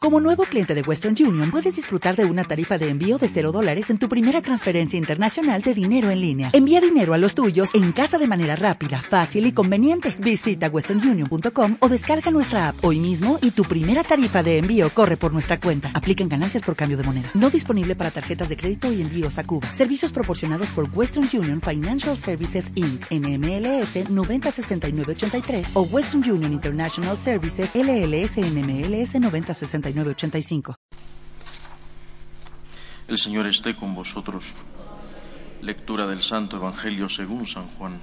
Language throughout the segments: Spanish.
Como nuevo cliente de Western Union, puedes disfrutar de una tarifa de envío de $0 en tu primera transferencia internacional de dinero en línea. Envía dinero a los tuyos en casa de manera rápida, fácil y conveniente. Visita westernunion.com o descarga nuestra app hoy mismo y tu primera tarifa de envío corre por nuestra cuenta. Aplican ganancias por cambio de moneda. No disponible para tarjetas de crédito y envíos a Cuba. Servicios proporcionados por Western Union Financial Services Inc. NMLS 906983 o Western Union International Services LLS NMLS 906985. El Señor esté con vosotros. Lectura del Santo Evangelio según San Juan.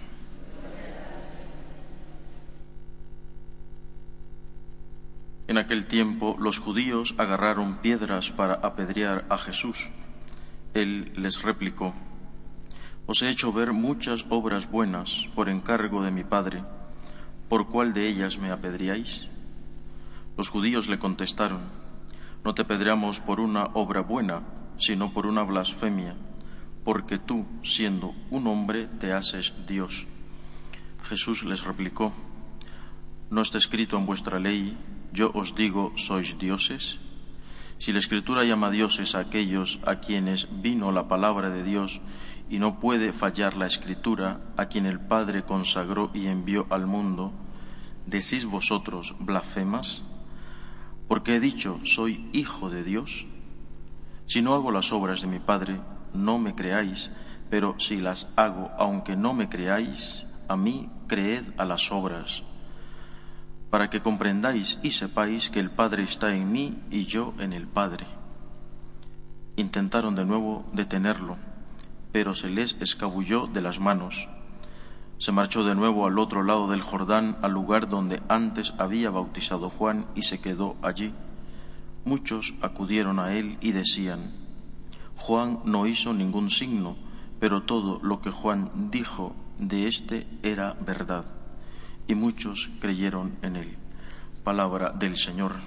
En aquel tiempo los judíos agarraron piedras para apedrear a Jesús. Él les replicó: Os he hecho ver muchas obras buenas por encargo de mi Padre. ¿Por cuál de ellas me apedreáis? Los judíos le contestaron: No te apedreamos por una obra buena, sino por una blasfemia, porque tú, siendo un hombre, te haces Dios. Jesús les replicó: ¿No está escrito en vuestra ley, yo os digo, sois dioses? Si la Escritura llama dioses a aquellos a quienes vino la palabra de Dios, y no puede fallar la Escritura, a quien el Padre consagró y envió al mundo, ¿decís vosotros blasfemas? Porque he dicho, soy hijo de Dios. Si no hago las obras de mi Padre, no me creáis, pero si las hago, aunque no me creáis, a mí creed a las obras, para que comprendáis y sepáis que el Padre está en mí y yo en el Padre. Intentaron de nuevo detenerlo, pero se les escabulló de las manos. Se marchó de nuevo al otro lado del Jordán, al lugar donde antes había bautizado Juan, y se quedó allí. Muchos acudieron a él y decían: Juan no hizo ningún signo, pero todo lo que Juan dijo de éste era verdad. Y muchos creyeron en él. Palabra del Señor.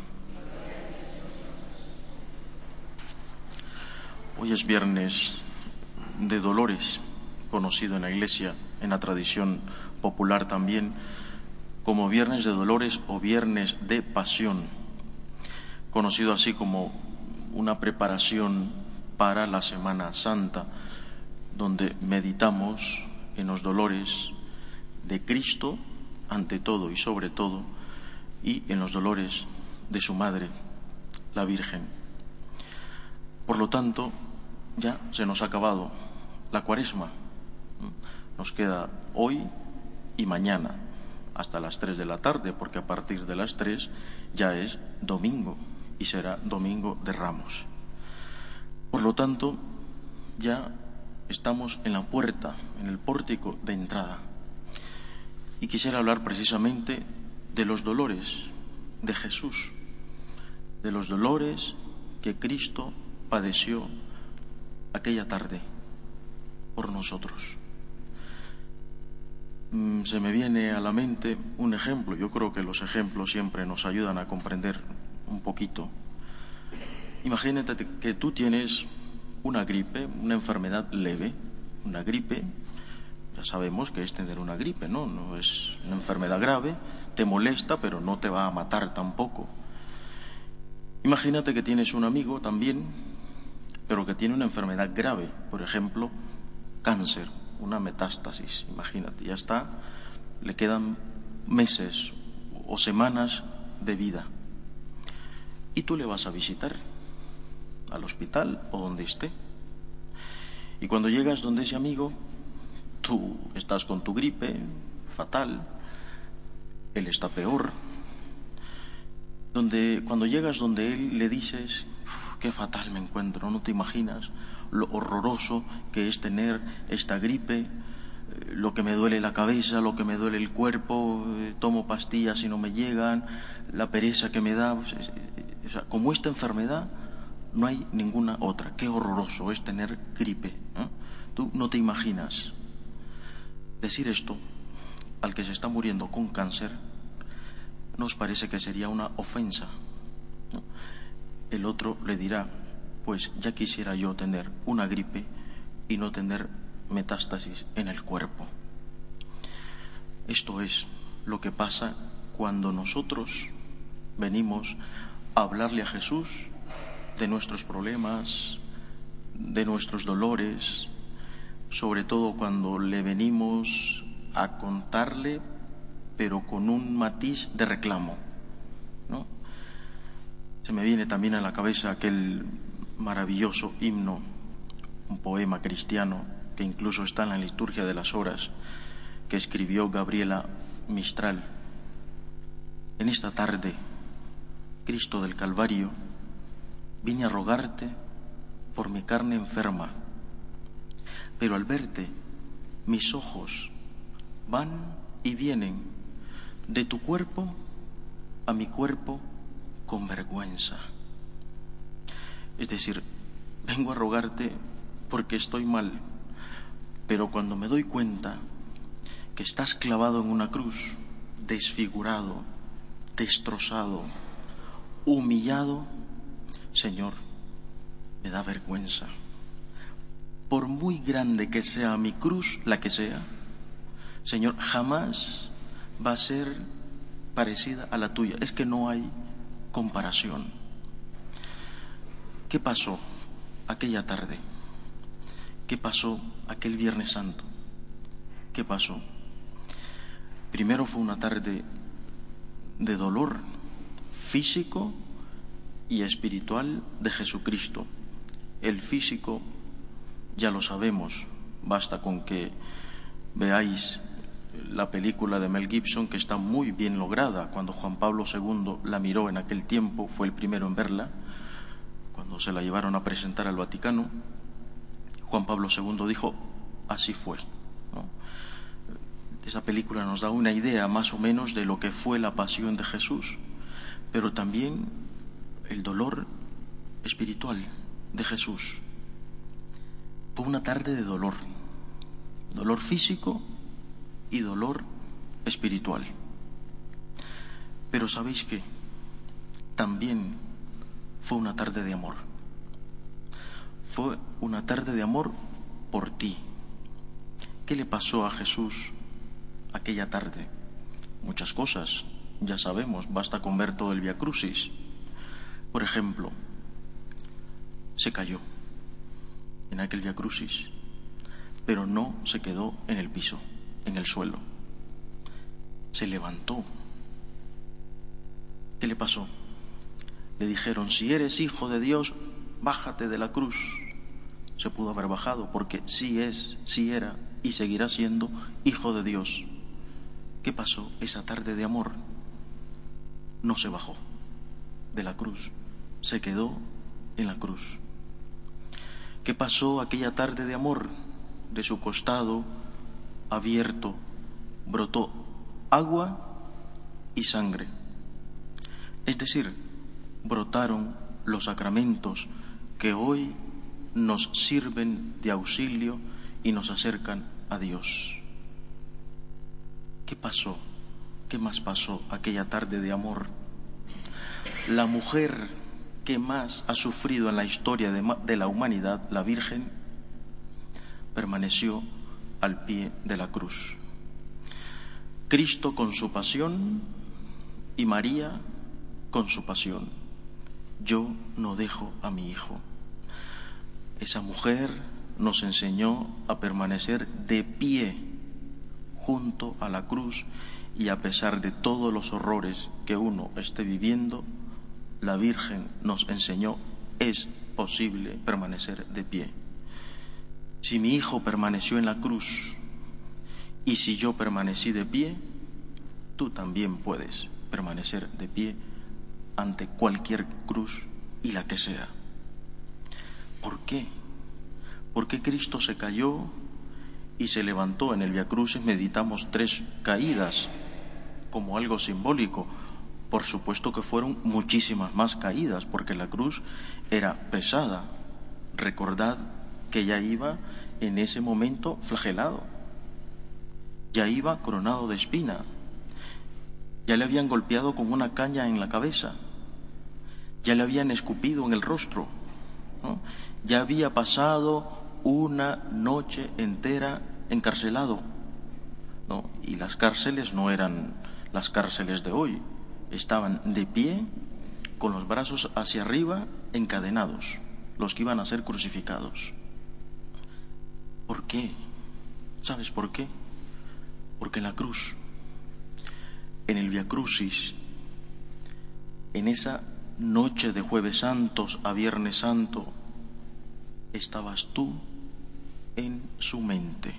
Hoy es viernes de Dolores, conocido en la Iglesia, en la tradición popular también, como Viernes de Dolores o Viernes de Pasión, conocido así como una preparación para la Semana Santa, donde meditamos en los dolores de Cristo ante todo y sobre todo, y en los dolores de su Madre, la Virgen. Por lo tanto, ya se nos ha acabado la Cuaresma. Nos queda hoy y mañana hasta las 3 de la tarde, porque a partir de las 3 ya es domingo y será Domingo de Ramos. Por lo tanto, ya estamos en la puerta, en el pórtico de entrada. Y quisiera hablar precisamente de los dolores de Jesús, de los dolores que Cristo padeció aquella tarde por nosotros. Se me viene a la mente un ejemplo. Yo creo que los ejemplos siempre nos ayudan a comprender un poquito. Imagínate que tú tienes una gripe, una enfermedad leve, una gripe. Ya sabemos que es tener una gripe, ¿no? No es una enfermedad grave, te molesta, pero no te va a matar tampoco. Imagínate que tienes un amigo también, pero que tiene una enfermedad grave, por ejemplo, cáncer, una metástasis. Imagínate, ya está, le quedan meses o semanas de vida. Y tú le vas a visitar al hospital o donde esté. Y cuando llegas donde ese amigo, tú estás con tu gripe fatal, él está peor. Cuando llegas donde él le dices: qué fatal me encuentro, no te imaginas lo horroroso que es tener esta gripe, lo que me duele la cabeza, lo que me duele el cuerpo, tomo pastillas y no me llegan, la pereza que me da. O sea, como esta enfermedad no hay ninguna otra. Qué horroroso es tener gripe, ¿eh? Tú no te imaginas. Decir esto al que se está muriendo con cáncer nos parece que sería una ofensa, ¿no? El otro le dirá: pues ya quisiera yo tener una gripe y no tener metástasis en el cuerpo. Esto es lo que pasa cuando nosotros venimos hablarle a Jesús de nuestros problemas, de nuestros dolores, sobre todo cuando le venimos a contarle, pero con un matiz de reclamo, ¿no? Se me viene también a la cabeza aquel maravilloso himno, un poema cristiano que incluso está en la liturgia de las horas, que escribió Gabriela Mistral. En esta tarde, Cristo del Calvario, vine a rogarte por mi carne enferma, pero al verte mis ojos van y vienen de tu cuerpo a mi cuerpo con vergüenza. Es decir, vengo a rogarte porque estoy mal, pero cuando me doy cuenta que estás clavado en una cruz, desfigurado, destrozado, humillado, Señor, me da vergüenza. Por muy grande que sea mi cruz, la que sea, Señor, jamás va a ser parecida a la tuya. Es que no hay comparación. ¿Qué pasó aquella tarde? ¿Qué pasó aquel Viernes Santo? ¿Qué pasó? Primero fue una tarde de dolor físico y espiritual de Jesucristo. El físico ya lo sabemos, basta con que veáis la película de Mel Gibson, que está muy bien lograda. Cuando Juan Pablo II la miró en aquel tiempo, fue el primero en verla, cuando se la llevaron a presentar al Vaticano, Juan Pablo II dijo, así fue, ¿no? Esa película nos da una idea más o menos de lo que fue la pasión de Jesús, pero también el dolor espiritual de Jesús. Fue una tarde de dolor, dolor físico y dolor espiritual. Pero ¿sabéis qué? También fue una tarde de amor. Fue una tarde de amor por ti. ¿Qué le pasó a Jesús aquella tarde? Muchas cosas, ya sabemos, basta con ver todo el Vía Crucis. Por ejemplo, se cayó en aquel Vía Crucis, pero no se quedó en el piso, en el suelo. Se levantó. ¿Qué le pasó? Le dijeron, si eres hijo de Dios, bájate de la cruz. Se pudo haber bajado porque sí es, sí era y seguirá siendo hijo de Dios. ¿Qué pasó esa tarde de amor? No se bajó de la cruz, se quedó en la cruz. ¿Qué pasó aquella tarde de amor? De su costado abierto brotó agua y sangre. Es decir, brotaron los sacramentos que hoy nos sirven de auxilio y nos acercan a Dios. ¿Qué pasó? ¿Qué más pasó aquella tarde de amor? La mujer que más ha sufrido en la historia de la humanidad, la Virgen, permaneció al pie de la cruz. Cristo con su pasión y María con su pasión. Yo no dejo a mi hijo. Esa mujer nos enseñó a permanecer de pie junto a la cruz y a pesar de todos los horrores que uno esté viviendo, la Virgen nos enseñó, es posible permanecer de pie. Si mi hijo permaneció en la cruz y si yo permanecí de pie, tú también puedes permanecer de pie ante cualquier cruz y la que sea. ¿Por qué? Porque Cristo se cayó y se levantó. En el Vía Crucis meditamos 3 caídas como algo simbólico. Por supuesto que fueron muchísimas más caídas, porque la cruz era pesada. Recordad que ya iba en ese momento flagelado, ya iba coronado de espina, ya le habían golpeado con una caña en la cabeza, ya le habían escupido en el rostro, ¿no? Ya había pasado una noche entera encarcelado, ¿no? Y las cárceles no eran las cárceles de hoy, estaban de pie con los brazos hacia arriba, encadenados, los que iban a ser crucificados. ¿Por qué? ¿Sabes por qué? Porque en la cruz, en el Via Crucis, en esa noche de Jueves Santos a Viernes Santo, estabas tú en su mente.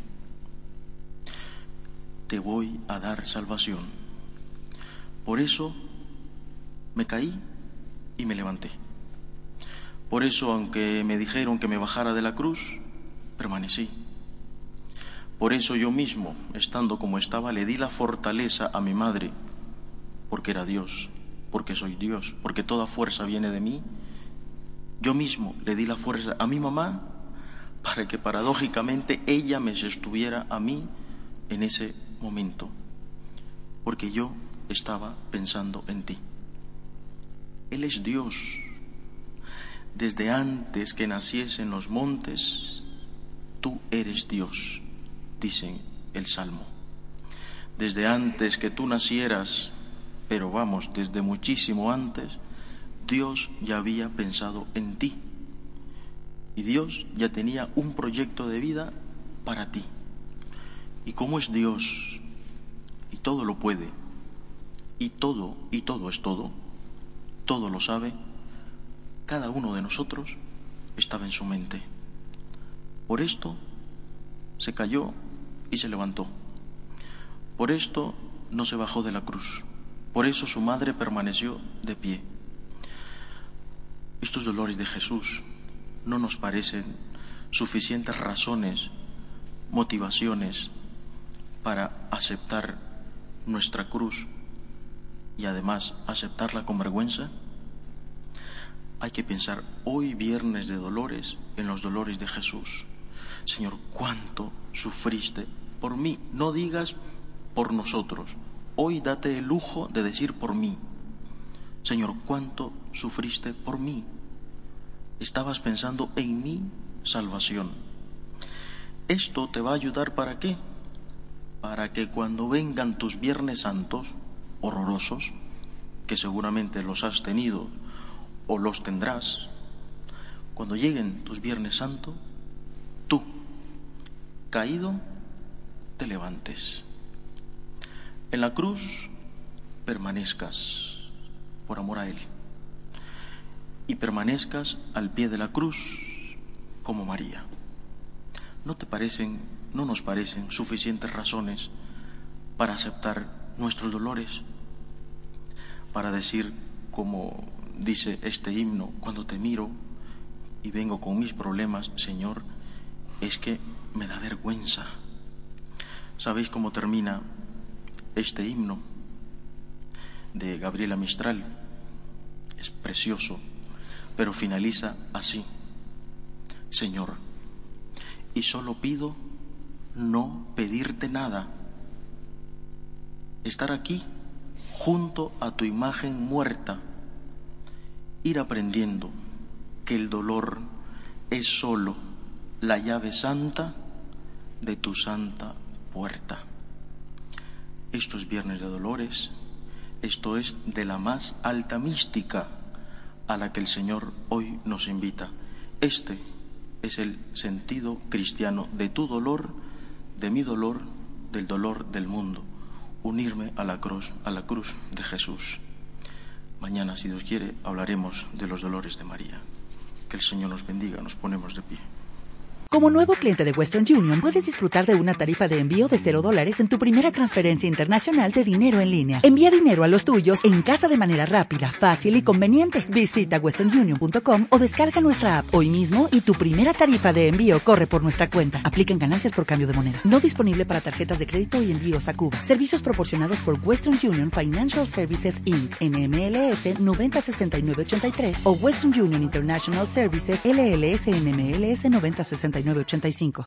Te voy a dar salvación. Por eso me caí y me levanté. Por eso, aunque me dijeron que me bajara de la cruz, permanecí. Por eso yo mismo, estando como estaba, le di la fortaleza a mi madre, porque era Dios, porque soy Dios, porque toda fuerza viene de mí. Yo mismo le di la fuerza a mi mamá para que paradójicamente ella me sostuviera a mí en ese momento, porque yo estaba pensando en ti. Él es Dios. Desde antes que naciesen los montes, tú eres Dios, dice el Salmo. Desde antes que tú nacieras, pero vamos, desde muchísimo antes, Dios ya había pensado en ti. Y Dios ya tenía un proyecto de vida para ti. Y como es Dios, y todo lo puede, y todo es todo lo sabe, cada uno de nosotros estaba en su mente. Por esto se cayó y se levantó. Por esto no se bajó de la cruz. Por eso su madre permaneció de pie. Estos dolores de Jesús no nos parecen suficientes razones, motivaciones para aceptar nuestra cruz y además aceptarla con vergüenza. Hay que pensar hoy, viernes de dolores, en los dolores de Jesús. Señor, ¿cuánto sufriste por mí? No digas por nosotros. Hoy date el lujo de decir por mí. Señor, ¿cuánto sufriste por mí? Estabas pensando en mi salvación. Esto te va a ayudar ¿para qué? Para que cuando vengan tus Viernes Santos horrorosos, que seguramente los has tenido o los tendrás, cuando lleguen tus Viernes Santos, tú, caído, te levantes. En la cruz permanezcas por amor a Él y permanezcas al pie de la cruz como María. ¿No nos parecen suficientes razones para aceptar nuestros dolores? Para decir, como dice este himno, cuando te miro y vengo con mis problemas, Señor, es que me da vergüenza. ¿Sabéis cómo termina este himno de Gabriela Mistral? Es precioso, pero finaliza así: Señor, y solo pido no pedirte nada, estar aquí junto a tu imagen muerta, ir aprendiendo que el dolor es solo la llave santa de tu santa puerta. Esto es Viernes de Dolores, esto es de la más alta mística a la que el Señor hoy nos invita. Este es el sentido cristiano de tu dolor, de mi dolor, del dolor del mundo. Unirme a la cruz de Jesús. Mañana, si Dios quiere, hablaremos de los dolores de María. Que el Señor nos bendiga, nos ponemos de pie. Como nuevo cliente de Western Union, puedes disfrutar de una tarifa de envío de $0 en tu primera transferencia internacional de dinero en línea. Envía dinero a los tuyos en casa de manera rápida, fácil y conveniente. Visita westernunion.com o descarga nuestra app hoy mismo y tu primera tarifa de envío corre por nuestra cuenta. Aplican ganancias por cambio de moneda. No disponible para tarjetas de crédito y envíos a Cuba. Servicios proporcionados por Western Union Financial Services Inc. NMLS 906983 o Western Union International Services LLS NMLS 906985.